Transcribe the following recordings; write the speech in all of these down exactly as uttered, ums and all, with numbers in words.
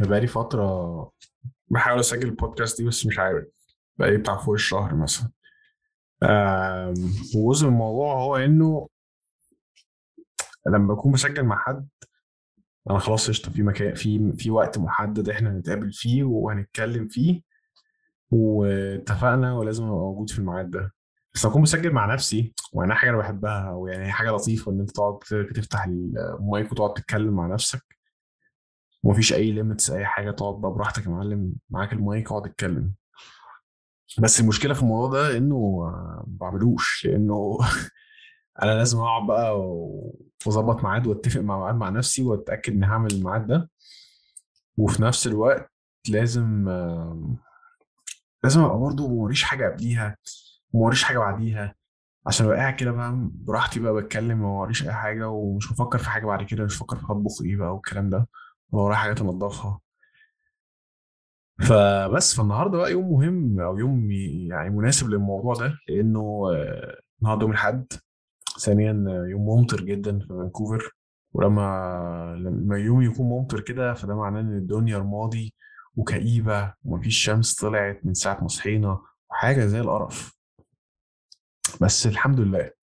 بقالي فترة بحاول أسجل البودكاست دي بس مش عارف. بقالي بتاع فوق الشهر مثلا. آم، وجزء من الموضوع هو إنه لما بكون بسجل مع حد، أنا خلاص قشطة في مكان في في وقت محدد إحنا هنتقابل فيه وهنتكلم فيه، واتفقنا ولازم أبقى موجود في الميعاد ده. بس لما أكون بسجل مع نفسي وأنا حاجة أنا بحبها، أو يعني هي حاجة لطيفة إن أنت تقعد تفتح المايك وتقعد تتكلم مع نفسك، ومفيش أي ليميتس أي حاجة، تقعد بقى براحتك يا معلم، معاك المايك اقعد اتكلم. بس المشكله في الموضوع ده انه آه، ما بعملوش لانه انا لازم اقعد بقى و- واظبط ميعاد واتفق مع ميعاد مع نفسي واتاكد اني هعمل الميعاد ده. وفي نفس الوقت لازم آه، لازم ابقى برضه موريش حاجه قبليها وموريش حاجه بعديها، عشان ابقى قاعد كده بقى براحتي بقى بتكلم وما وريش اي حاجه ومش بفكر في حاجه بعد كده، مش بفكر في هطبخ ايه بقى والكلام ده، ولا ورايا حاجه انضفها. فبس فالنهارده بقى يوم مهم او يوم يعني مناسب للموضوع ده، لانه آه، النهارده يوم الاحد. ثانيا يوم ممطر جدا في فانكوفر، ولما لما يوم يكون ممطر كده فده معناه ان الدنيا رمادي وكئيبة ومفيش شمس طلعت من ساعة ما صحينا، وحاجة زي القرف. بس الحمد لله.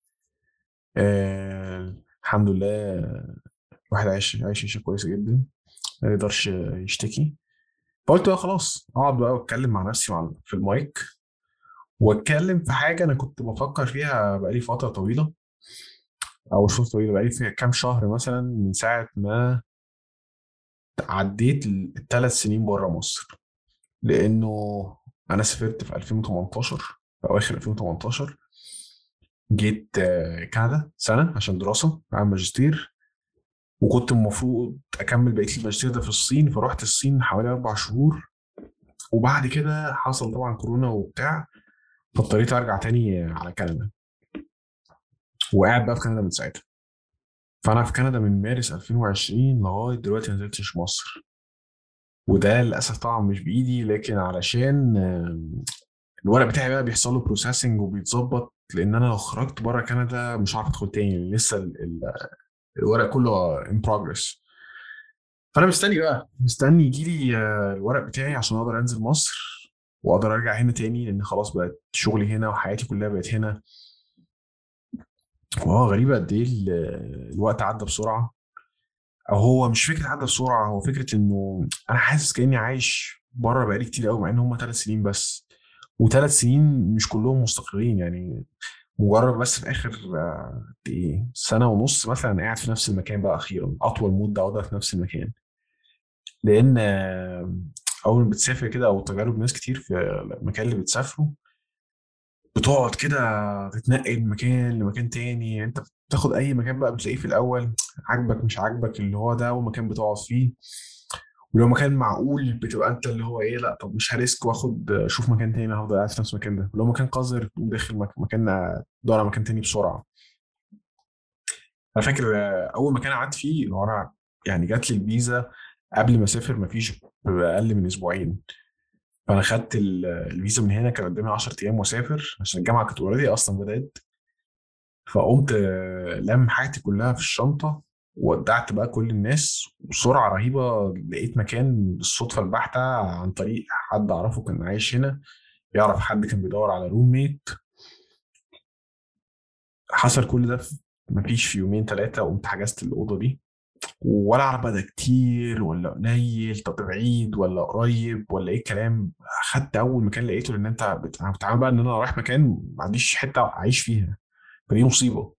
آه الحمد لله. الواحد عايش عايش عيشة كويسة جدا، ما يقدرش يشتكي. فقلت بقى خلاص اقعد بقى واتكلم مع نفسي مع في المايك، واتكلم في حاجة انا كنت بفكر فيها بقالي فترة طويلة، او مش فترة طويلة، بقالي فيها كام شهر مثلا من ساعة ما عديت الثلاث سنين بره مصر. لانه انا سافرت في ألفين وتمنتاشر، في اواخر ألفين وتمنتاشر. جيت آه، كندا سنه عشان دراسه عن ماجستير، وكنت المفروض اكمل بقيه الماجستير ده في الصين، فرحت الصين حوالي اربع شهور. وبعد كده حصل طبعا كورونا وبتاع، فاضطريت ارجع تاني على كندا، وقاعد بقى في كندا من ساعتها. فانا في كندا من مارس ألفين وعشرين لغايه دلوقتي ما نزلتش مصر. وده للاسف طبعا مش بايدي، لكن علشان الورق بتاعي بقى بيحصل له بروسيسنج وبيتظبط، لان انا لو خرجت بره كندا مش عارف ادخل تاني، لسه ال- ال- الورق كله ان بروجرس. فانا مستني بقى مستني يجي لي الورق بتاعي عشان اقدر انزل مصر واقدر ارجع هنا تاني، لان خلاص بقت شغلي هنا وحياتي كلها بقت هنا. واه غريبه قد ايه ال- الوقت عدى بسرعه. او هو مش فكره عدى بسرعه، هو فكره انه انا حاسس كاني عايش بره بقالي كتير قوي، مع ان هم ثلاث سنين بس. وثلاث سنين مش كلهم مستقرين يعني، مجرد بس في اخر آه، قد ايه سنه ونص مثلا قاعد في نفس المكان بقى اخيرا، اطول مده اقعدها في نفس المكان. لان آه، اول ما بتسافر كده او تجارب ناس كتير في المكان اللي بتسافروا، بتقعد كده تتنقل من مكان لمكان تاني. يعني انت بتاخد اي مكان بقى بتلاقيه في الاول عاجبك مش عاجبك، اللي هو ده اول مكان بتقعد فيه. ولو مكان معقول بتبقى انت اللي هو ايه، لا طب مش هريسك واخد اشوف مكان تاني، هفضل قاعد في نفس المكان ده. ولو مكان قذر تقوم داخل مك- مكان، دور على مكان تاني بسرعه. انا فاكر آه، اول مكان قعدت فيه اللي هو انا يعني جات لي الفيزا قبل ما اسافر مفيش باقل من اسبوعين. فانا خدت ال- الفيزا من هنا، كان قدامي عشرة ايام واسافر عشان الجامعه كانت اوريدي اصلا بدات. فقمت آه، لم حاجتي كلها في الشنطه، وودعت بقى كل الناس بسرعه رهيبه. لقيت مكان بالصدفه البحته عن طريق حد اعرفه كان عايش هنا، يعرف حد كان بيدور على روم ميت. حصل كل ده في مفيش في يومين ثلاثه، قمت حجزت الاوضه دي. ولا اعرف بقى ده كتير ولا قليل، طب بعيد ولا قريب ولا ايه الكلام. خدت اول مكان لقيته، لان انت بت- أنا بتعامل بقى ان انا رايح مكان ما عنديش حته اعيش فيها، فدي مصيبه.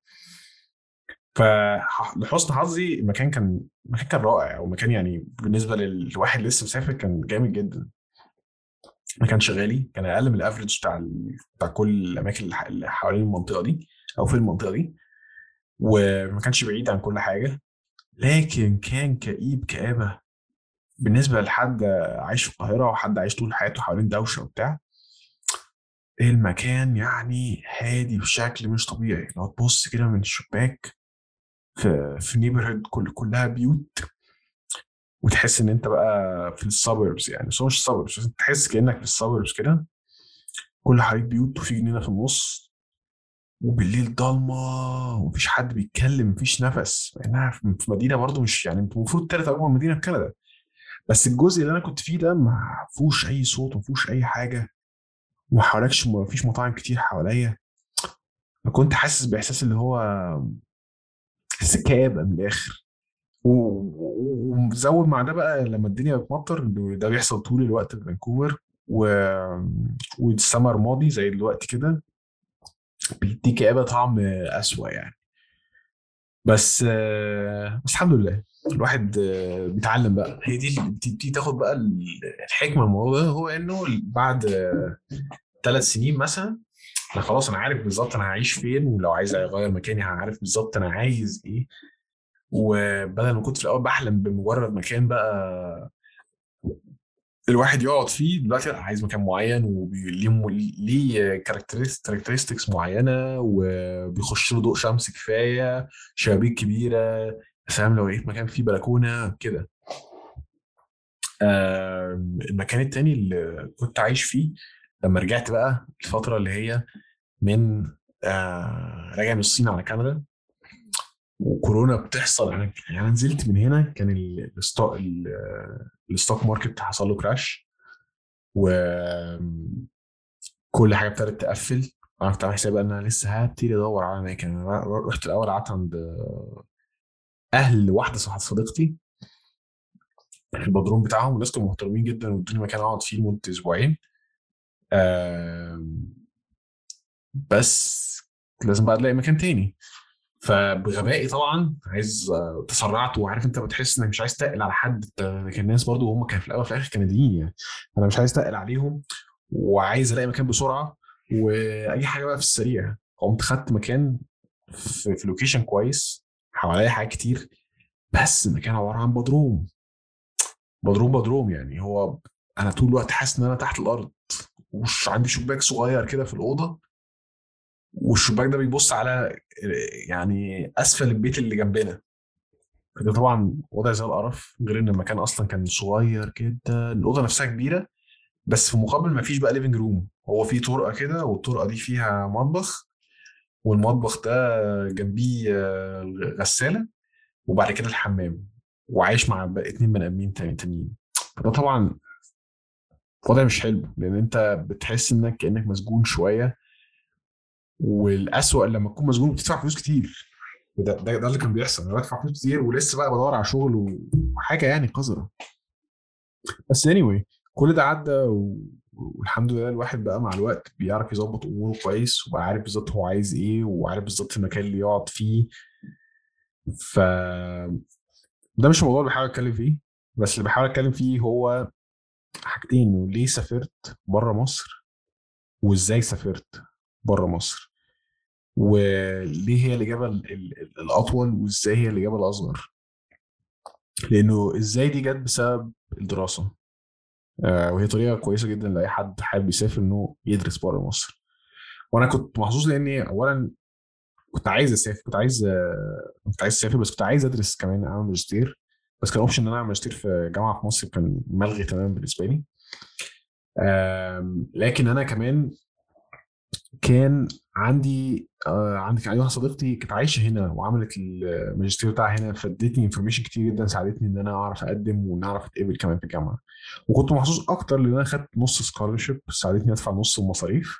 فلحسن حظي المكان كان المكان كان رائع، او مكان يعني بالنسبه للواحد لسه مسافر كان جامد جدا. ما كانش غالي، كان اقل من الافريج بتاع ال... بتاع كل الاماكن اللي ح- اللي حوالين المنطقه دي او في المنطقه دي. وما كانش بعيد عن كل حاجه، لكن كان كئيب كآبة بالنسبة لحد عايش في القاهرة وحد عايش طول حياته حوالين دوشة وبتاع. المكان يعني هادي بشكل مش طبيعي، لو تبص كده من الشباك في في نيبرهود كل كلها بيوت، وتحس ان انت بقى في السبربس. يعني بس هو مش سبربس، بس تحس كأنك في السبربس كده. كل حواليك بيوت وفي جنينة في النص، وبالليل ضلمة ومفيش حد بيتكلم، مفيش نفس، مع انها في في مدينة برضو مش يعني انت المفروض تالت اكبر مدينة في كندا. بس الجزء اللي انا كنت فيه ده ما فيهوش اي صوت، ما فيهوش اي حاجه، وما حواليكش، ما فيش مطاعم كتير حواليا. فكنت حاسس باحساس اللي هو احساس كآبة من الاخر. و- و- ومزود مع ده بقى لما الدنيا بتمطر، ده بيحصل طول الوقت في فانكوفر، و... والسمر ماضي زي دلوقتي كده، بيدي كآبة طعم أسوأ يعني. بس آه، بس الحمد لله الواحد آه، بيتعلم بقى. هي دي اللي بتبتدي تاخد بقى الحكمة من الموضوع ده، هو انه بعد ثلاث سنين مثلا انا خلاص انا عارف بالظبط انا هعيش فين، ولو عايز اغير مكاني هعرف بالظبط انا عايز ايه. وبدل ما كنت في الاول بحلم بمجرد مكان بقى الواحد يقعد فيه، دلوقتي لا، عايز مكان معين وليه ليه كاركترستكس معينه، وبيخش له ضوء شمس كفايه، شبابيك كبيره، سلام لو لقيت مكان فيه بلكونه كده. آه المكان التاني اللي كنت عايش فيه لما رجعت بقى الفتره اللي هي من آه راجع من الصين على كندا وكورونا بتحصل، انا يعني أنا نزلت من هنا كان ال- الستوك ال- الستوك ماركت حصل له كراش، وكل حاجه ابتدت تقفل. انا كنت عامل حسابي ان انا لسه هبتدي ادور على اماكن. انا رحت الاول قعدت عند اهل واحده صاحبة صديقتي في البدروم بتاعهم، والناس كانوا محترمين جدا وادوني مكان اقعد فيه لمده اسبوعين. آم، بس لازم بقى الاقي مكان تاني. فبغبائي طبعا عايز آه، تسرعت، وعارف انت بتحس انك مش عايز تقل على حد. انت- كان الناس برضو هم كان في الاول وفي الاخر كنديين يعني، انا مش عايز تقل عليهم وعايز الاقي مكان بسرعه واي حاجه بقى في السريع. قمت خدت مكان في, في لوكيشن كويس، حواليا حاجات كتير، بس المكان عباره عن بدروم. بدروم بدروم يعني هو انا طول الوقت حاسس ان انا تحت الارض، وش عندي شباك صغير كده في الاوضه، والشباك ده بيبص على يعني اسفل البيت اللي جنبنا. ده طبعا وضع زي القرف، غير ان المكان اصلا كان صغير جدا، الاوضه نفسها كبيره بس في مقابل ما فيش بقى ليفنج روم. هو في طرقه كده، والطرقه دي فيها مطبخ، والمطبخ ده جنبيه آه، غساله، وبعد كده الحمام، وعايش مع بقى اتنين بني ادمين تاني- تانيين. فده طبعا وضع مش حلو، لان انت بتحس انك كانك مسجون شويه، والاسوأ لما تكون مسجون وبتدفع فلوس كتير. وده ده, ده اللي كان بيحصل، انا بدفع فلوس كتير ولسه بقى بدور على شغل وحاجه يعني قذره. بس anyway كل ده عدى و... والحمد لله الواحد بقى مع الوقت بيعرف يظبط اموره كويس، وبقى عارف بالظبط هو عايز ايه، وعارف بالظبط المكان اللي يقعد فيه. ف ده مش الموضوع اللي بحاول اتكلم فيه، بس اللي بحاول اتكلم فيه هو حاجتين: ليه سافرت بره مصر، وازاي سافرت بره مصر، وليه هي الاجابه ال- ال- الاطول، وازاي هي الاجابه الاصغر. لانه ازاي دي جت بسبب الدراسه، آه، وهي طريقه كويسه جدا لاي حد حابب يسافر انه يدرس بره مصر. وانا كنت محظوظ لاني اولا كنت عايز اسافر، كنت عايز آه، كنت عايز اسافر، بس كنت عايز ادرس كمان، اعمل ماجستير. بس كان اوبشن ان انا اعمل ماجستير في جامعه في مصر كان ملغي تماما بالنسبه لي. آم، لكن انا كمان كان عندي آه، عندي كان عندي واحده صديقتي كانت عايشه هنا وعملت الماجستير بتاعها هنا، فادتني انفورميشن كتير جدا، ساعدتني ان انا اعرف اقدم ونعرف اتقبل كمان في الجامعه. وكنت محظوظ اكتر لان انا خدت نص سكولرشيب ساعدتني ادفع نص المصاريف،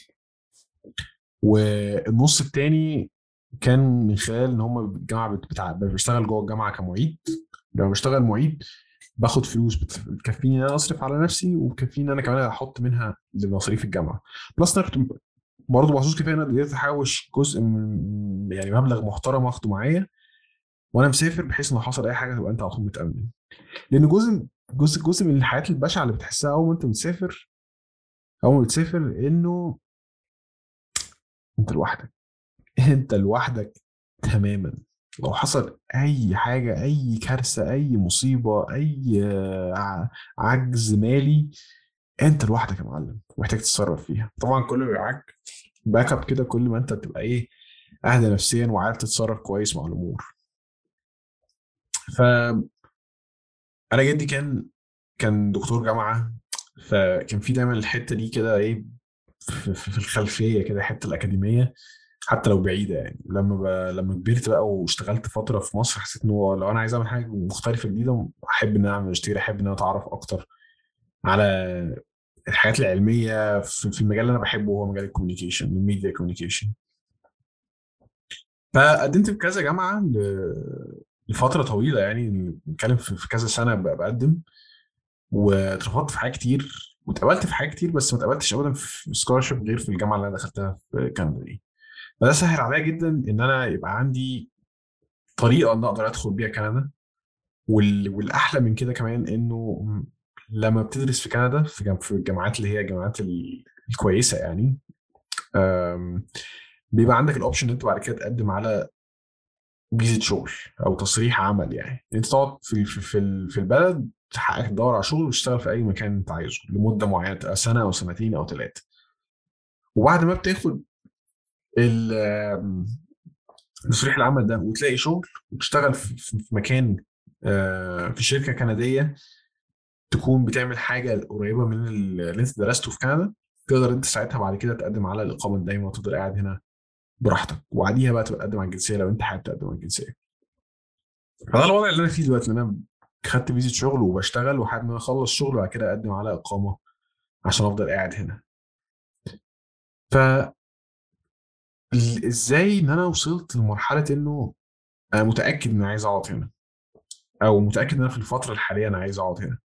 والنص التاني كان من خلال ان هم الجامعه بت- بتاع بشتغل جوه الجامعه كمعيد. لما بشتغل معيد باخد فلوس بت- بتكفيني ان انا اصرف على نفسي، وبتكفيني ان انا كمان احط منها لمصاريف الجامعه. بلس انا كنت برضه محظوظ كفايه ان انا قدرت احوش جزء من يعني مبلغ محترم اخده معايا وانا مسافر، بحيث ان لو حصل اي حاجه تبقى انت على طول متامن. لان جزء جزء جزء من الحياه البشعه اللي بتحسها اول ما انت بتسافر، اول ما بتسافر انه انت لوحدك. انت لوحدك تماما. لو حصل اي حاجه، اي كارثه، اي مصيبه، اي آه، ع- عجز مالي، انت لوحدك يا معلم، محتاج تتصرف فيها. طبعا كل ما معاك باك اب كده، كل ما انت بتبقى ايه، اهدى نفسيا وعارف تتصرف كويس مع الامور. فانا جدي كان كان دكتور جامعه، فكان في دايما الحته دي كده ايه، في, في في الخلفيه كده، الحته الاكاديميه حتى لو بعيده يعني. لما ب... لما كبرت بقى واشتغلت فتره في مصر، حسيت انه لو انا عايز اعمل حاجه مختلفه جديده، احب ان انا اعمل اشتري، احب ان انا اتعرف اكتر على الحاجات العلميه في في المجال اللي انا بحبه، هو مجال الكوميونيكيشن، الميديا كوميونيكيشن. فقدمت في كذا جامعه ل... لفتره طويله، يعني بنتكلم في في كذا سنه ب- بقدم، واترفضت في حاجات كتير، واتقبلت في حاجات كتير، بس ما اتقبلتش ابدا في سكولرشيب غير في الجامعه اللي انا دخلتها في كندا دي. فده سهل عليا جدا ان انا يبقى عندي طريقه ان اقدر ادخل بيها كندا. وال... والاحلى من كده كمان انه لما بتدرس في كندا في جم... في الجامعات اللي هي الجامعات ال... الكويسه يعني، أم... بيبقى عندك الاوبشن ان انت بعد كده تقدم على فيزا شغل او تصريح عمل، يعني انت تقعد في في في ال- في البلد، تحقق تدور على شغل وتشتغل في اي مكان انت عايزه لمده معينه، سنه او سنتين او ثلاثه. وبعد ما بتاخد ال- آم، تصريح العمل ده وتلاقي شغل وتشتغل في في- في مكان، آه، في شركه كنديه، تكون بتعمل حاجه قريبه من اللي انت درسته في كندا، تقدر انت ساعتها بعد كده تقدم على الاقامه الدائمه وتفضل قاعد هنا براحتك، وبعديها بقى تبقى تقدم على الجنسيه لو انت حابب تقدم على الجنسيه. فده الوضع اللي انا فيه دلوقتي، ان انا خدت فيزا شغل وبشتغل، وحابب ان انا اخلص شغل وبعد كده اقدم على اقامه عشان افضل قاعد هنا. فازاي ان انا وصلت لمرحله انه انا متاكد ان انا عايز اقعد هنا، او متاكد ان انا في الفتره الحاليه انا عايز اقعد هنا.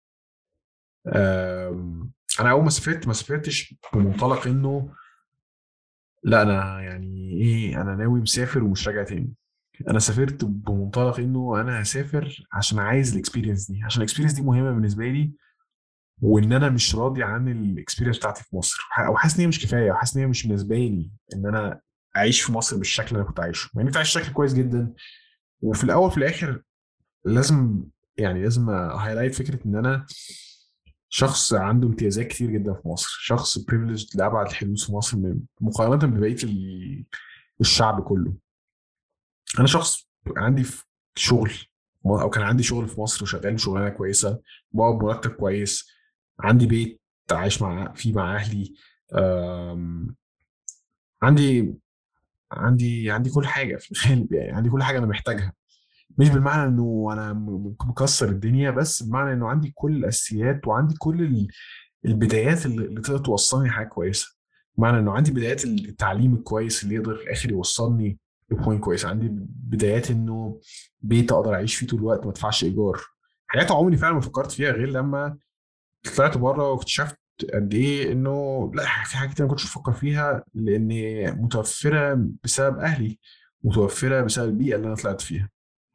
أم، انا اول ما سافرت ما سافرتش بمنطلق انه لا انا يعني ايه، انا ناوي مسافر ومش راجع تاني. انا سافرت بمنطلق انه انا هسافر عشان عايز الاكسبيرينس دي، عشان الاكسبيرينس دي مهمه بالنسبه لي، وان انا مش راضي عن الاكسبيرينس بتاعتي في مصر، او حاسس ان هي مش كفايه، او حاسس ان هي مش بالنسبه لي ان انا اعيش في مصر بالشكل اللي انا كنت عايشه. يعني انت عايش شكل كويس جدا، وفي الاول في الاخر لازم، يعني لازم هايلايت فكره ان انا شخص عنده امتيازات كتير جدا في مصر، شخص بريفليج لابعد الحدود في مصر من- مقارنه ببقيه ال- الشعب كله. انا شخص عندي في شغل، او كان عندي شغل في مصر وشغال شغلانه كويسه، بقبض مرتب كويس، عندي بيت عايش مع فيه مع اهلي، أم، عندي عندي عندي كل حاجه في الغالب، يعني عندي كل حاجه انا محتاجها. مش بالمعنى انه انا م- مكسر الدنيا، بس بمعنى انه عندي كل الاساسيات، وعندي كل ال- البدايات اللي اللي تقدر توصلني حاجه كويسه. بمعنى انه عندي بدايات التعليم الكويس اللي يقدر في الاخر يوصلني لبوينت كويس، عندي بدايات انه بيت اقدر اعيش فيه طول الوقت ما ادفعش ايجار. حاجات عمري فعلا ما فكرت فيها غير لما طلعت بره واكتشفت قد ايه انه لا، في حاجات كتير ما كنتش بفكر فيها لان متوفره بسبب اهلي، متوفره بسبب البيئه اللي انا طلعت فيها.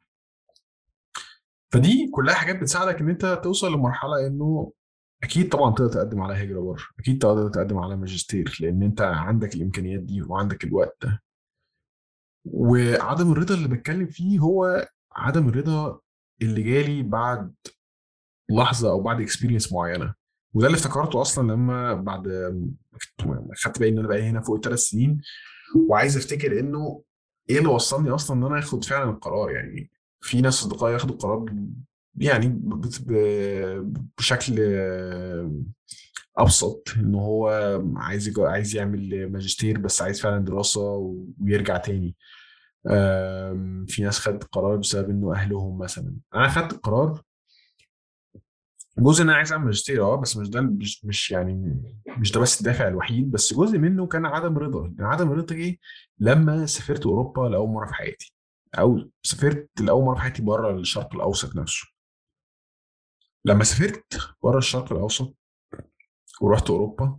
فدي كلها حاجات بتساعدك ان انت توصل لمرحله انه اكيد طبعا تقدر تقدم على هجره بره، اكيد تقدر تقدم على ماجستير، لان انت عندك الامكانيات دي وعندك الوقت ده. وعدم الرضا اللي بتكلم فيه هو عدم الرضا اللي جالي بعد لحظه او بعد اكسبيرينس معينه. وده اللي افتكرته اصلا لما بعد ما خدت بالي ان انا بقى هنا فوق الثلاث سنين، وعايز افتكر انه ايه اللي وصلني اصلا ان انا اخد فعلا القرار. يعني في ناس اصدقائي ياخدوا القرار يعني ب- ب- بشكل ابسط، ان هو عايز يج- عايز يعمل ماجستير بس عايز فعلا دراسة ويرجع تاني. أم، في ناس خدت قرار بسبب انه اهلهم مثلا. انا خدت القرار جزء ان انا عايز اعمل ماجستير، اه بس مش ده، مش مش يعني مش ده بس الدافع الوحيد، بس جزء منه كان عدم رضا. يعني عدم رضا جه لما سافرت اوروبا لاول مره في حياتي، او سافرت لاول مره في حياتي بره الشرق الاوسط نفسه. لما سافرت بره الشرق الاوسط ورحت اوروبا،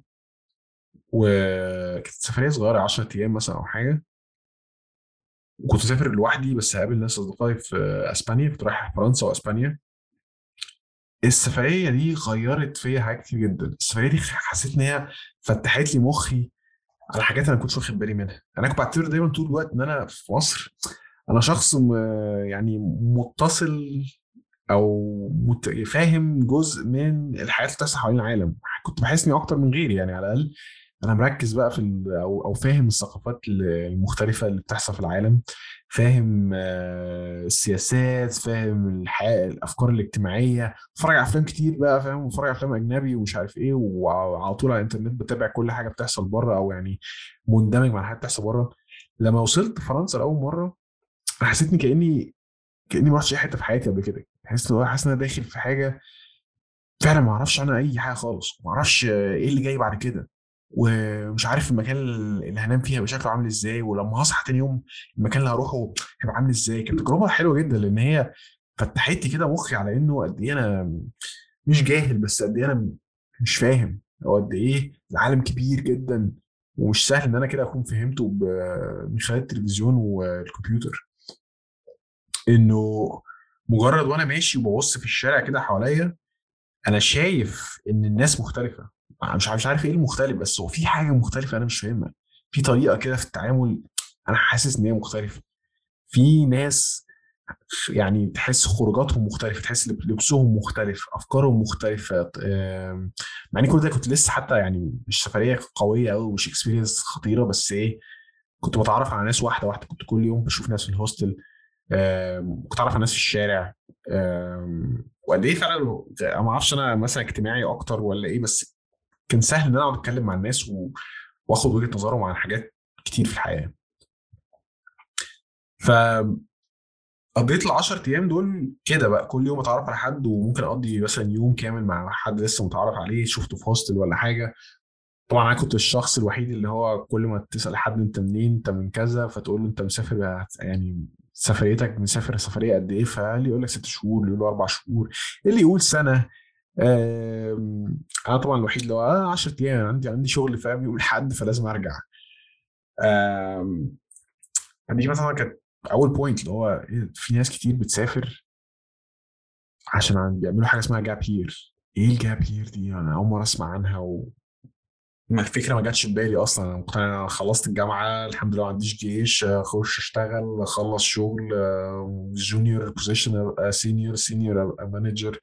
وكانت سفريه صغيره عشرة ايام مثلا او حاجه، وكنت مسافر لوحدي بس هقابل ناس اصدقائي في اسبانيا، كنت رايح فرنسا واسبانيا. السفريه دي غيرت فيا حاجات كتير جدا. السفريه دي حسيت ان هي فتحت لي مخي على حاجات انا ما كنتش واخد بالي منها. انا كنت بعتبر دايما طول الوقت ان انا في مصر انا شخص م- يعني متصل، او مت... فاهم جزء من الحياه اللي بتحصل حوالين العالم. كنت بحس اني اكتر من غيري، يعني على الاقل انا مركز بقى في ال... او او فاهم الثقافات المختلفه اللي بتحصل في العالم، فاهم آه، السياسات، فاهم الحياه، الافكار الاجتماعيه، بتفرج على افلام كتير بقى، فاهم، بتفرج على افلام اجنبي ومش عارف ايه، وعلى طول على الانترنت بتابع كل حاجه بتحصل بره، او يعني مندمج مع الحاجات اللي بتحصل بره. لما وصلت فرنسا لاول مره، انا حسيتني كاني كاني ما رحتش اي حته في حياتي قبل كده. حاسس ان هو حاسس ان انا داخل في حاجه فعلا ما اعرفش عنها اي حاجه خالص، ما اعرفش ايه اللي جاي بعد كده، ومش عارف المكان اللي هنام فيه هيبقى شكله عامل ازاي، ولما هصحى تاني يوم المكان اللي هروحه هيبقى عامل ازاي. كانت تجربه حلوه جدا لان هي فتحت لي كده مخي على انه قد ايه انا مش جاهل، بس قد ايه انا مش فاهم، او قد ايه العالم كبير جدا ومش سهل ان انا كده اكون فهمته ب- من خلال التلفزيون والكمبيوتر. انه مجرد وانا ماشي وببص في الشارع كده حواليا، انا شايف ان الناس مختلفه. مش عارف مش عارف ايه المختلف، بس هو في حاجه مختلفه انا مش فاهمها. في طريقه كده في التعامل انا حاسس ان هي مختلفه. في ناس يعني تحس خروجاتهم مختلفه، تحس لب- لبسهم مختلف، افكارهم مختلفه. آم، مع ان كل ده كنت لسه حتى يعني مش سفريه قويه قوي، مش اكسبيرينس خطيره، بس ايه، كنت بتعرف على ناس واحده واحده. كنت كل يوم بشوف ناس في الهوستل، آم، كنت اعرف على ناس في الشارع. آم، وقد ايه فعلا انا ما اعرفش انا مثلا اجتماعي اكتر ولا ايه، بس كان سهل ان انا اقعد اتكلم مع الناس و- واخد وجهة نظرهم عن حاجات كتير في الحياة. فقضيت ال عشرة ايام دول كده بقى كل يوم اتعرف على حد، وممكن اقضي مثلا يوم كامل مع حد لسه متعرف عليه شفته في هوستل ولا حاجة. طبعا انا كنت الشخص الوحيد اللي هو كل ما تسأل حد انت منين، انت من كذا، فتقول له انت مسافر يعني سفريتك مسافر سفرية قد ايه، فاللي يقول لك ست شهور، اللي يقول له اربع شهور، اللي يقول سنة. آم، انا طبعا الوحيد اللي هو اه عشرة ايام، عندي عندي شغل فاهم يوم الاحد فلازم ارجع. آم، دي مثلا كانت اول بوينت، اللي هو إيه، في ناس كتير بتسافر عشان عن- بيعملوا حاجه اسمها جاب يير. ايه الجاب يير دي؟ انا اول مره اسمع عنها، وما الفكره ما جاتش في بالي اصلا. انا مقتنع إن انا خلصت الجامعه الحمد لله، ما عنديش جيش، اخش اشتغل اخلص شغل، جونيور بوزيشن ابقى سينيور، سينيور ابقى مانجر.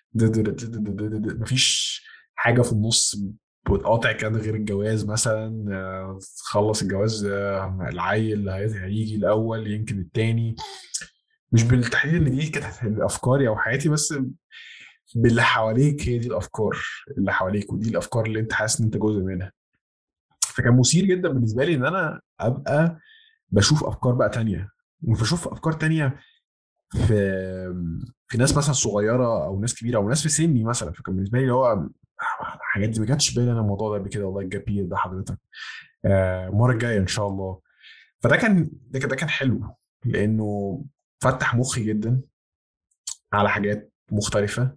مفيش حاجه في النص بتقاطع كده غير الجواز مثلا. آه، تخلص الجواز، آه، العيل اللي هي- هيجي الاول يمكن التاني. مش بالتحديد ان دي كانت افكاري او حياتي، بس باللي حواليك، هي دي الافكار اللي حواليك، ودي الافكار اللي انت حاسس ان انت جزء منها. فكان مثير جدا بالنسبه لي ان انا ابقى بشوف افكار بقى تانية، وبشوف افكار تانية في في ناس مثلا صغيره او ناس كبيره او ناس في سني مثلا. فكان بالنسبه لي اللي هو الحاجات دي ما جاتش في بالي انا الموضوع ده قبل كده. والله الجابير ده حضرتك آه، المره الجايه ان شاء الله. فده كان ده كان ده كان حلو لانه فتح مخي جدا على حاجات مختلفه.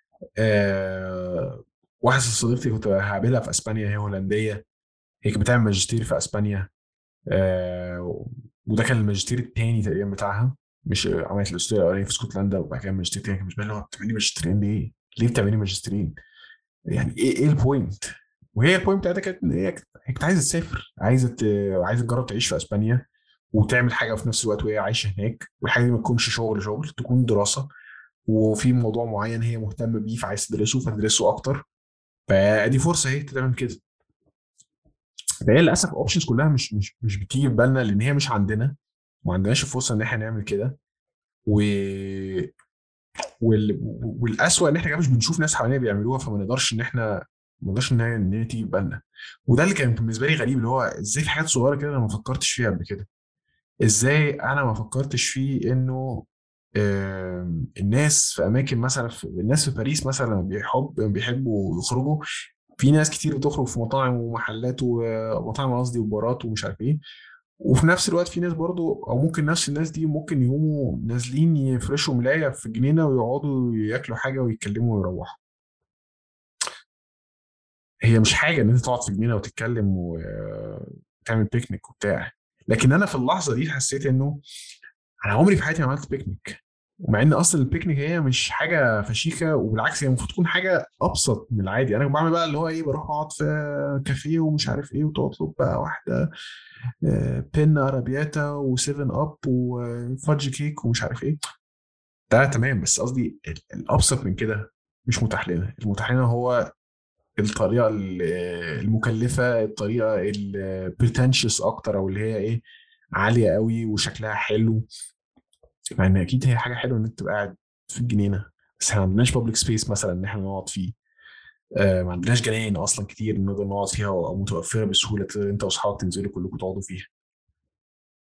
آه، واحده صديقتي كنت هقابلها في اسبانيا، هي هولنديه، هي كانت بتعمل ماجستير في اسبانيا. آه، وده كان الماجستير التاني تقريبا بتاعها، مش عملت الماجستير الاولاني في اسكتلندا وبعد كده الماجستير التاني. كان بالنسبه لي اللي هو بتعملي ماجستيرين ليه؟ ليه بتعملي ماجستيرين؟ يعني ايه ايه البوينت؟ وهي البوينت بتاعتها كانت ان هي هي كانت عايزه تسافر، عايزه ت... عايزه تجرب تعيش في اسبانيا وتعمل حاجه في نفس الوقت وهي عايشه هناك، والحاجه دي ما تكونش شغل شغل، تكون دراسه، وفي موضوع معين هي مهتمه بيه فعايز تدرسه فتدرسه اكتر. فدي فرصه هي تعمل كده. فهي للاسف الاوبشنز كلها مش مش مش بتيجي في بالنا لان هي مش عندنا، ما عندناش الفرصه ان احنا نعمل كده. و... وال... والاسوأ ان احنا كمان مش بنشوف ناس حوالينا بيعملوها، فما نقدرش ان احنا ما نقدرش ان هي ان هي تيجي في بالنا. وده اللي كان بالنسبه لي غريب، اللي هو ازاي في حاجات صغيره كده انا ما فكرتش فيها قبل كده. ازاي انا ما فكرتش فيه انه آم، الناس في اماكن مثلا في الناس في باريس مثلا بيحب بيحبوا يخرجوا. في ناس كتير بتخرج في مطاعم ومحلات ومطاعم قصدي وبارات ومش عارف ايه. وفي نفس الوقت في ناس برضو، او ممكن نفس الناس دي ممكن يقوموا نازلين يفرشوا ملاية في الجنينة ويقعدوا ياكلوا حاجة ويتكلموا ويروحوا. هي مش حاجة ان انت تقعد في جنينة وتتكلم وتعمل بيكنيك وبتاع. لكن انا في اللحظة دي حسيت انه انا عمري في حياتي ما عملت بيكنيك. ومع ان اصلا البيكنيك هي مش حاجه فشيخه، وبالعكس هي المفروض تكون حاجه ابسط من العادي. انا بعمل بقى اللي هو ايه، بروح اقعد في كافيه ومش عارف ايه، وتطلب بقى واحده آه، بين ارابياتا وسيفن اب وفادج كيك ومش عارف ايه. ده تمام، بس قصدي ال- الابسط من كده مش متاح لنا. المتاح لنا هو الطريقه ال- المكلفه، الطريقه البريتنشس اكتر، او اللي هي ايه، عاليه قوي وشكلها حلو. مع ان اكيد هي حاجه حلوه ان انت تبقى قاعد في الجنينه، بس احنا ما عندناش بابليك سبيس مثلا ان احنا نقعد فيه. آه، ما عندناش جناين اصلا كتير نقدر نقعد فيها او متوفره بسهوله تقدر انت واصحابك تنزلوا كلكم تقعدوا فيها.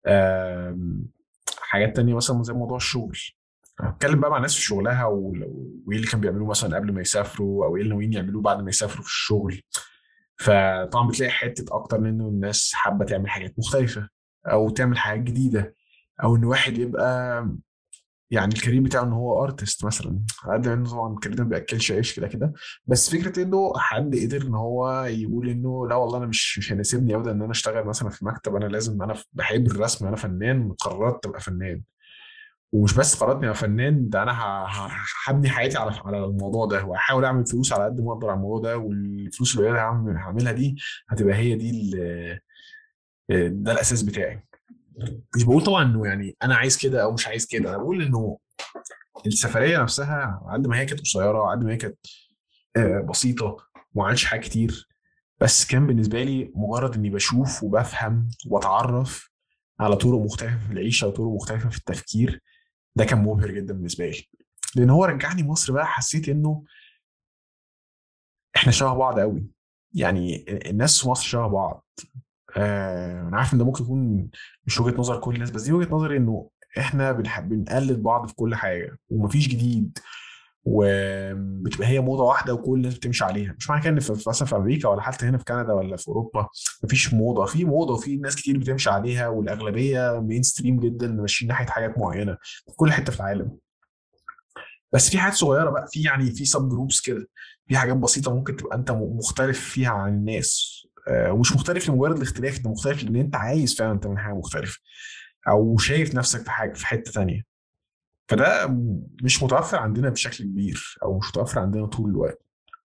آم، حاجات تانية مثلا زي موضوع الشغل. اتكلم بقى مع ناس في شغلها و- وايه اللي كانوا بيعملوه مثلا قبل ما يسافروا، او ايه اللي ناويين يعملوه بعد ما يسافروا في الشغل. فطبعا بتلاقي حته اكتر منه الناس حابه تعمل حاجات مختلفه او تعمل حاجات جديده، او ان واحد يبقى يعني الكارير بتاعه ان هو ارتست مثلا. على قد ما انه طبعا الكارير ده ما بياكلش عيش كده كده، بس فكره انه حد قدر ان هو يقول انه لا والله انا مش مش هيناسبني ابدا ان انا اشتغل مثلا في مكتب، انا لازم، انا بحب الرسم، انا فنان، قررت ابقى فنان. ومش بس قررت ابقى فنان، ده انا ه- ه- هبني حياتي على على الموضوع ده، وهحاول اعمل فلوس على قد ما اقدر على الموضوع ده، والفلوس اللي قليله هعمل- هعملها دي هتبقى هي دي ال- ده الاساس بتاعي. مش بقول طبعا انه يعني انا عايز كده او مش عايز كده، انا بقول انه السفريه نفسها على قد ما هي كانت قصيره، على قد ما هي كانت آه، بسيطه وما عملتش حاجات كتير، بس كان بالنسبه لي مجرد اني بشوف وبفهم وبتعرف على طرق مختلفه في العيشه وطرق مختلفه في التفكير. ده كان مبهر جدا بالنسبه لي، لان هو رجعني مصر بقى. حسيت انه احنا شبه بعض قوي، يعني الناس في مصر شبه بعض. آه انا عارف ان ده ممكن يكون مش وجهة نظر كل الناس، بس دي وجهة نظري، انه احنا بنحب بنقلد بعض في كل حاجة ومفيش جديد، وبتبقى هي موضة واحدة وكل الناس بتمشي عليها. مش معنى كده ان في في- مثلا في امريكا ولا حتى هنا في كندا ولا في اوروبا مفيش موضة، في موضة وفي ناس كتير بتمشي عليها، والاغلبية مين ستريم جدا ماشيين ناحية حاجات معينة في كل حتة في العالم. بس في حاجات صغيره بقى، في يعني في سب جروبس كده، في حاجات بسيطه ممكن تبقى انت م- مختلف فيها عن الناس. آه، ومش مختلف لمجرد الاختلاف، انت مختلف لان انت عايز فعلا تعمل حاجه مختلفه، او شايف نفسك في حاجه في حته تانية. فده م- مش متوفر عندنا بشكل كبير، او مش متوفر عندنا طول الوقت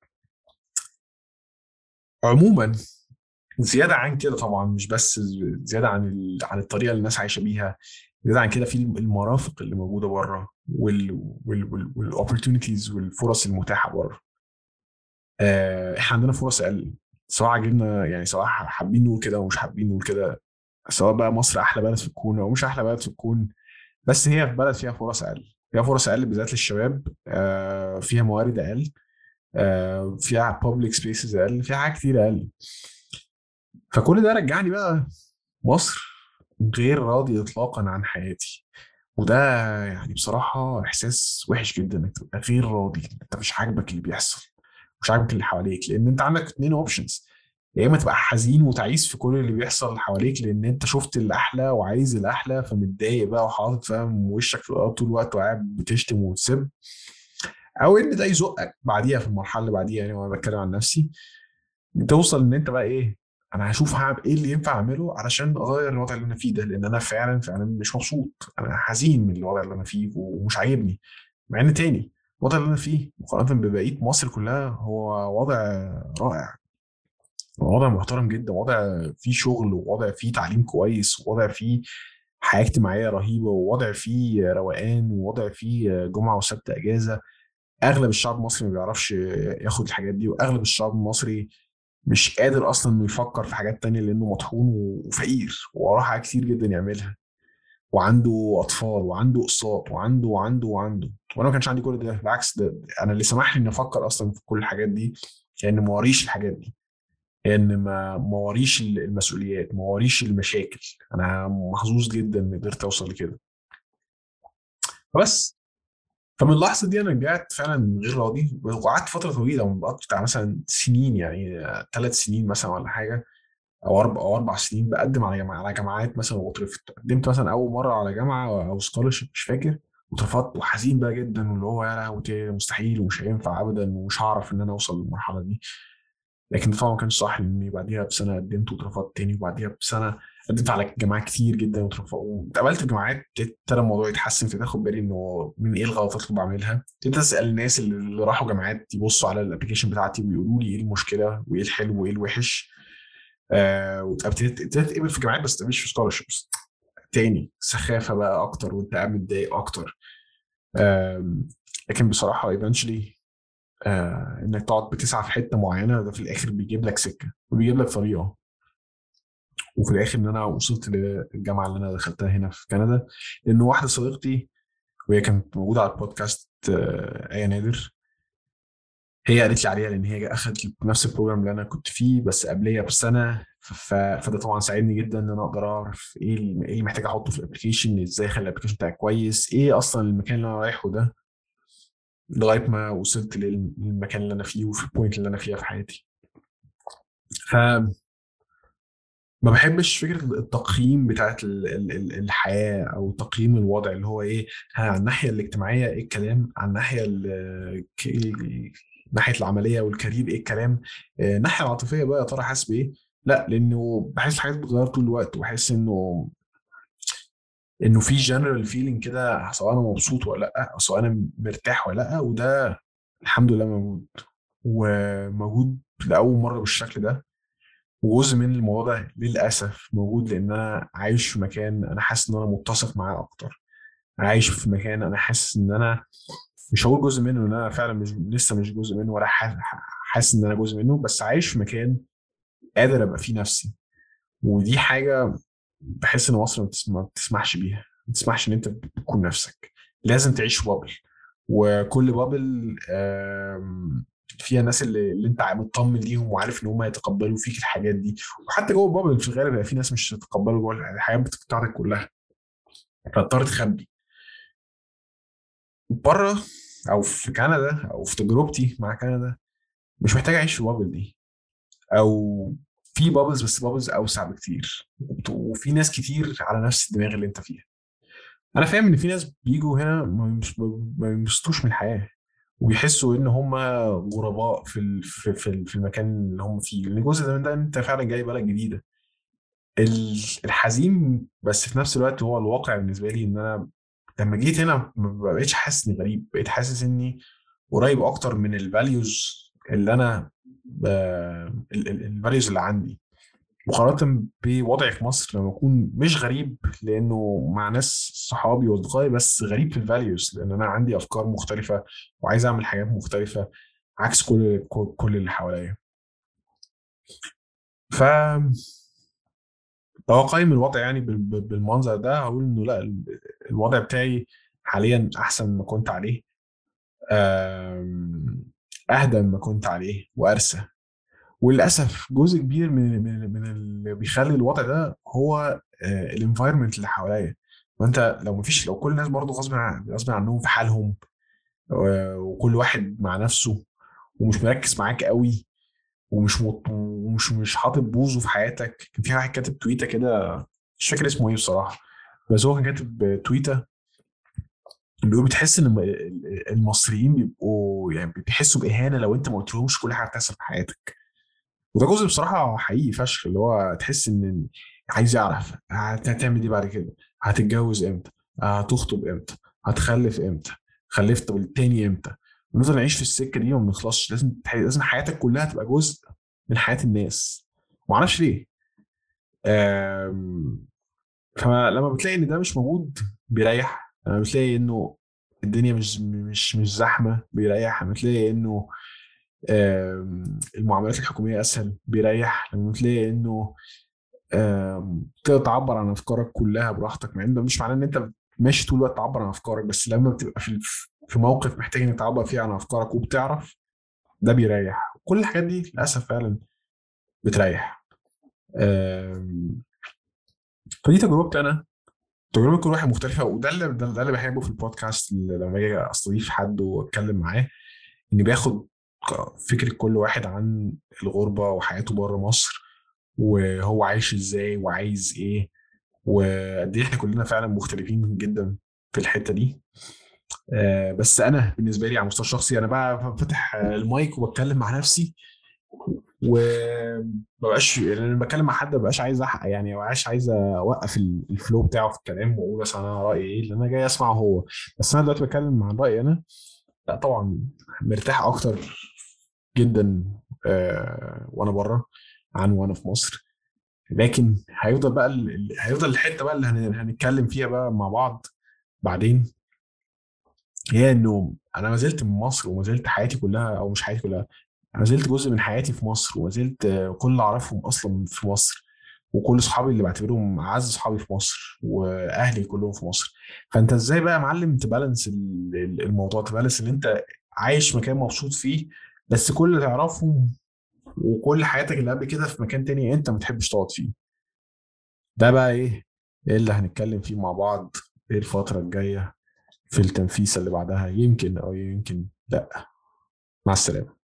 عموما. زياده عن كده طبعا، مش بس ز- زياده عن ال... عن الطريقه اللي الناس عايشه بيها، زياده عن كده في المرافق اللي موجوده بره، وال وال وال والاوبورتونيتيز والفرص المتاحه بره. آه، احنا عندنا فرص اقل، سواء عجبنا يعني، سواء حابين نقول كده ومش حابين نقول كده، سواء بقى مصر احلى بلد في الكون او مش احلى بلد في الكون، بس هي في بلد فيها فرص اقل، فيها فرص اقل بالذات للشباب، آه، فيها موارد اقل، آه، فيها public spaces اقل، فيها حاجات كتير اقل. فكل ده رجعني بقى مصر غير راضي اطلاقا عن حياتي. وده يعني بصراحة إحساس وحش جدا إنك تبقى غير راضي، أنت مش عاجبك اللي بيحصل، مش عاجبك اللي حواليك، لأن أنت عندك اتنين أوبشنز: يا إما تبقى حزين وتعيس في كل اللي بيحصل حواليك لأن أنت شفت الأحلى وعايز الأحلى فمتضايق بقى وحاطط فاهم وشك في الأرض طول الوقت وقاعد بتشتم وتسب، أو إن ده يزقك بعديها في المرحلة اللي بعديها، يعني وأنا بتكلم عن نفسي، توصل إن أنت بقى إيه، انا هشوف هعمل ايه اللي ينفع اعمله علشان اغير الوضع اللي انا فيه ده، لان انا فعلا فعلا مش مبسوط، انا حزين من الوضع اللي انا فيه ومش عاجبني. مع ان تاني الوضع اللي انا فيه مقارنه ببقيه مصر كلها هو وضع رائع، وضع محترم جدا، وضع فيه شغل، ووضع فيه تعليم كويس، ووضع فيه حياه اجتماعيه رهيبه، ووضع فيه روقان، ووضع فيه جمعه وسبت اجازه. اغلب الشعب المصري ما بيعرفش ياخد الحاجات دي، واغلب الشعب المصري مش قادر اصلا انه يفكر في حاجات تانية لانه مطحون وفقير ووراه حاجات كتير جدا يعملها، وعنده اطفال وعنده اقساط وعنده وعنده وعنده. وانا ما كانش عندي كل ده، بالعكس، ده انا اللي سمح لي اني افكر اصلا في كل الحاجات دي لان ما وريش الحاجات دي، ان ما ما وريش المسؤوليات، ما وريش المشاكل. انا محظوظ جدا اني قدرت اوصل لكده. فبس، فمن اللحظه دي انا رجعت فعلا غير راضي، وقعدت فتره طويله من بقى بتاع مثلا سنين، يعني ثلاث سنين مثلا ولا حاجه، او اربع او اربع سنين بقدم على جامعة على جامعات مثلا واترفضت. قدمت مثلا اول مره على جامعه او سكولرشيب مش فاكر، واترفضت وحزين بقى جدا، واللي هو يا لهوي ده مستحيل ومش هينفع ابدا ومش هعرف ان انا اوصل للمرحله دي. لكن ده طبعا ما كانش صح، لاني بعديها بسنه قدمت واترفضت تاني، وبعديها بسنه قدمت على جامعات كتير جدا واترفضت واتقابلت في جامعات. ابتدى الموضوع يتحسن، ابتديت اخد بالي انه من ايه الغلطات اللي بعملها، ابتديت اسال الناس اللي اللي راحوا جامعات يبصوا على الابلكيشن بتاعتي ويقولوا لي ايه المشكله وايه الحلو وايه الوحش. آه وابتديت ابتديت اتقبل في جامعات، بس مش في سكولرشيبس. تاني سخافه بقى اكتر وانت قاعد متضايق اكتر. آم، لكن بصراحه eventually آه انك تقعد بتسعى في حته معينه، ده في الاخر بيجيب لك سكه وبيجيب لك طريقه. وفي الاخر ان انا وصلت للجامعه اللي انا دخلتها هنا في كندا، لان واحده صديقتي وهي كانت موجوده على البودكاست، آه ايه نادر، هي قالت لي عليها، لان هي اخذت نفس البروجرام اللي انا كنت فيه بس قبليه بسنه، ف... فده طبعا ساعدني جدا ان انا اقدر اعرف ايه اللي إيه اللي محتاج احطه في الابلكيشن، ازاي اخلي الابلكيشن بتاعي كويس، ايه اصلا المكان اللي انا رايحه ده، لغايه ما وصلت لل- للمكان اللي انا فيه وفي البوينت اللي انا فيها في حياتي. فما بحبش فكره التقييم بتاعت ال- ال- ال- الحياه، او تقييم الوضع اللي هو ايه، ها، على الناحيه الاجتماعيه ايه الكلام، على الناحيه ال- ك- ناحيه العمليه والكارير ايه الكلام، آه، الناحيه العاطفيه بقى يا ترى حاسس بايه. لا، لانه بحس الحاجات بتتغير طول الوقت، وبحس انه انه في جنرال فيلينج كده، سواء انا مبسوط ولا لا، او سواء انا مرتاح ولا لا، وده الحمد لله موجود، وموجود لاول مره بالشكل ده. وجزء من الموضوع ده للاسف موجود لان انا عايش في مكان انا حاسس ان انا متسق معاه اكتر، عايش في مكان انا حاسس ان انا مش هقول جزء منه، ان انا فعلا مش لسه مش جزء منه، ولا حاسس حاسس ان انا جزء منه، بس عايش في مكان قادر ابقى فيه نفسي. ودي حاجه بحس ان مصر ما بتسم- ما بتسمحش بيها، ما بتسمحش ان انت تكون نفسك، لازم تعيش في بابل. وكل بابل آم، فيها الناس اللي, اللي انت مطمن ليهم وعارف ان هم هيتقبلوا فيك الحاجات دي. وحتى جوه بابل في الغالب هيبقى في ناس مش هتتقبلوا جوه الحاجات بتاعتك كلها، فاضطر تخبي. بره او في كندا، او في تجربتي مع كندا، مش محتاج اعيش في بابل دي، او في بابلز بس بابلز اوسع بكتير، وفي ناس كتير على نفس الدماغ اللي انت فيها. انا فاهم ان في ناس بيجوا هنا ما مش ما بينبسطوش من الحياه، وبيحسوا ان هم غرباء في ال- في في في المكان اللي هم فيه، لان جزء ده من ده انت فعلا جاي بلد جديده. ال- الحزين بس في نفس الوقت هو الواقع بالنسبه لي، ان انا لما جيت هنا ما بقتش حاسس اني غريب، بقيت حاسس اني قريب اكتر من الفاليوز اللي انا الفاليوز اللي عندي، مقارنة بوضعي في مصر لما أكون مش غريب لأنه مع ناس صحابي وأصدقائي، بس غريب في الفاليوز لأن أنا عندي أفكار مختلفة وعايز أعمل حاجات مختلفة عكس كل كل كل اللي حواليا. ف لو أقيم الوضع يعني بال- بال- بالمنظر ده، هقول إنه لا، ال- الوضع بتاعي حاليا أحسن ما كنت عليه، أم، أهدى ما كنت عليه وأرسى. وللاسف جزء كبير من من من اللي بيخلي الوضع ده هو الانفايرمنت اللي حواليا. وانت لو مفيش، لو كل الناس برضو غصب عن غصب عنهم في حالهم، آه، وكل واحد مع نفسه ومش مركز معاك قوي، ومش مط... ومش مش حاطط بوزه في حياتك. كان في واحد كاتب تويته كده، مش فاكر اسمه ايه بصراحه، بس هو كان كاتب تويته بيقول بتحس ان الم- المصريين بيبقوا يعني بيحسوا باهانه لو انت ما قلتلهمش كل حاجه بتحصل في حياتك. وده جزء بصراحة حقيقي فشخ، اللي هو تحس ان عايز يعرف هت- هتعمل ايه بعد كده، هتتجوز امتى، هتخطب امتى، هتخلف امتى، خلفت طب التاني امتى. ونفضل نعيش في السكة دي وما بنخلصش، لازم لازم حياتك كلها تبقى جزء من حياة الناس. معرفش ليه. أم، فلما بتلاقي ان ده مش موجود بيريح، لما بتلاقي انه الدنيا مش مش مش زحمة بيريح، لما بتلاقي انه آم، المعاملات الحكومية أسهل بيريح، لما تلاقي إنه آم، تقدر تعبر عن أفكارك كلها براحتك، مع إن ده مش معناه إن أنت ماشي طول الوقت تعبر عن أفكارك، بس لما بتبقى في في موقف محتاج إنك تعبر فيه عن أفكارك وبتعرف، ده بيريح. كل الحاجات دي للأسف فعلا بتريح. آم، فدي تجربتي أنا، تجربة كل واحد مختلفة، وده اللي ده ده اللي بحبه في البودكاست، اللي لما أجي أستضيف حد وأتكلم معاه، إني باخد فكرة كل واحد عن الغربة وحياته بره مصر، وهو عايش ازاي وعايز ايه، وقد ايه احنا كلنا فعلا مختلفين جدا في الحته دي. آه بس انا بالنسبه لي على المستوى الشخصي، انا بقى فاتح المايك وبتكلم مع نفسي، ومبقاش يعني لما بتكلم مع حد مبقاش عايز أحق يعني، مبقاش عايز اوقف ال- الفلو بتاعه في الكلام واقول بس انا رايي ايه اللي انا جاي اسمعه هو. بس انا دلوقتي بتكلم عن رايي انا، لا طبعا مرتاح اكتر جدا آه وانا بره عن وانا في مصر. لكن هيفضل بقى ال... ال- هيفضل الحته بقى اللي هن... هنتكلم فيها بقى مع بعض بعدين، هي انه انا ما زلت من مصر، وما زلت حياتي كلها، او مش حياتي كلها، انا زلت جزء من حياتي في مصر، وما زلت آه، كل اللي اعرفهم اصلا في مصر، وكل اصحابي اللي بعتبرهم اعز اصحابي في مصر، واهلي كلهم في مصر. فانت ازاي بقى يا معلم تبالانس ال- ال- الموضوع، تبالانس ان انت عايش مكان مبسوط فيه، بس كل اللي تعرفهم وكل حياتك اللي قبل كده في مكان تاني انت ما تحبش تقعد فيه. ده بقى ايه، ايه اللي هنتكلم فيه مع بعض ايه الفترة الجاية في التنفيسة اللي بعدها، يمكن او يمكن لا. مع السلامة.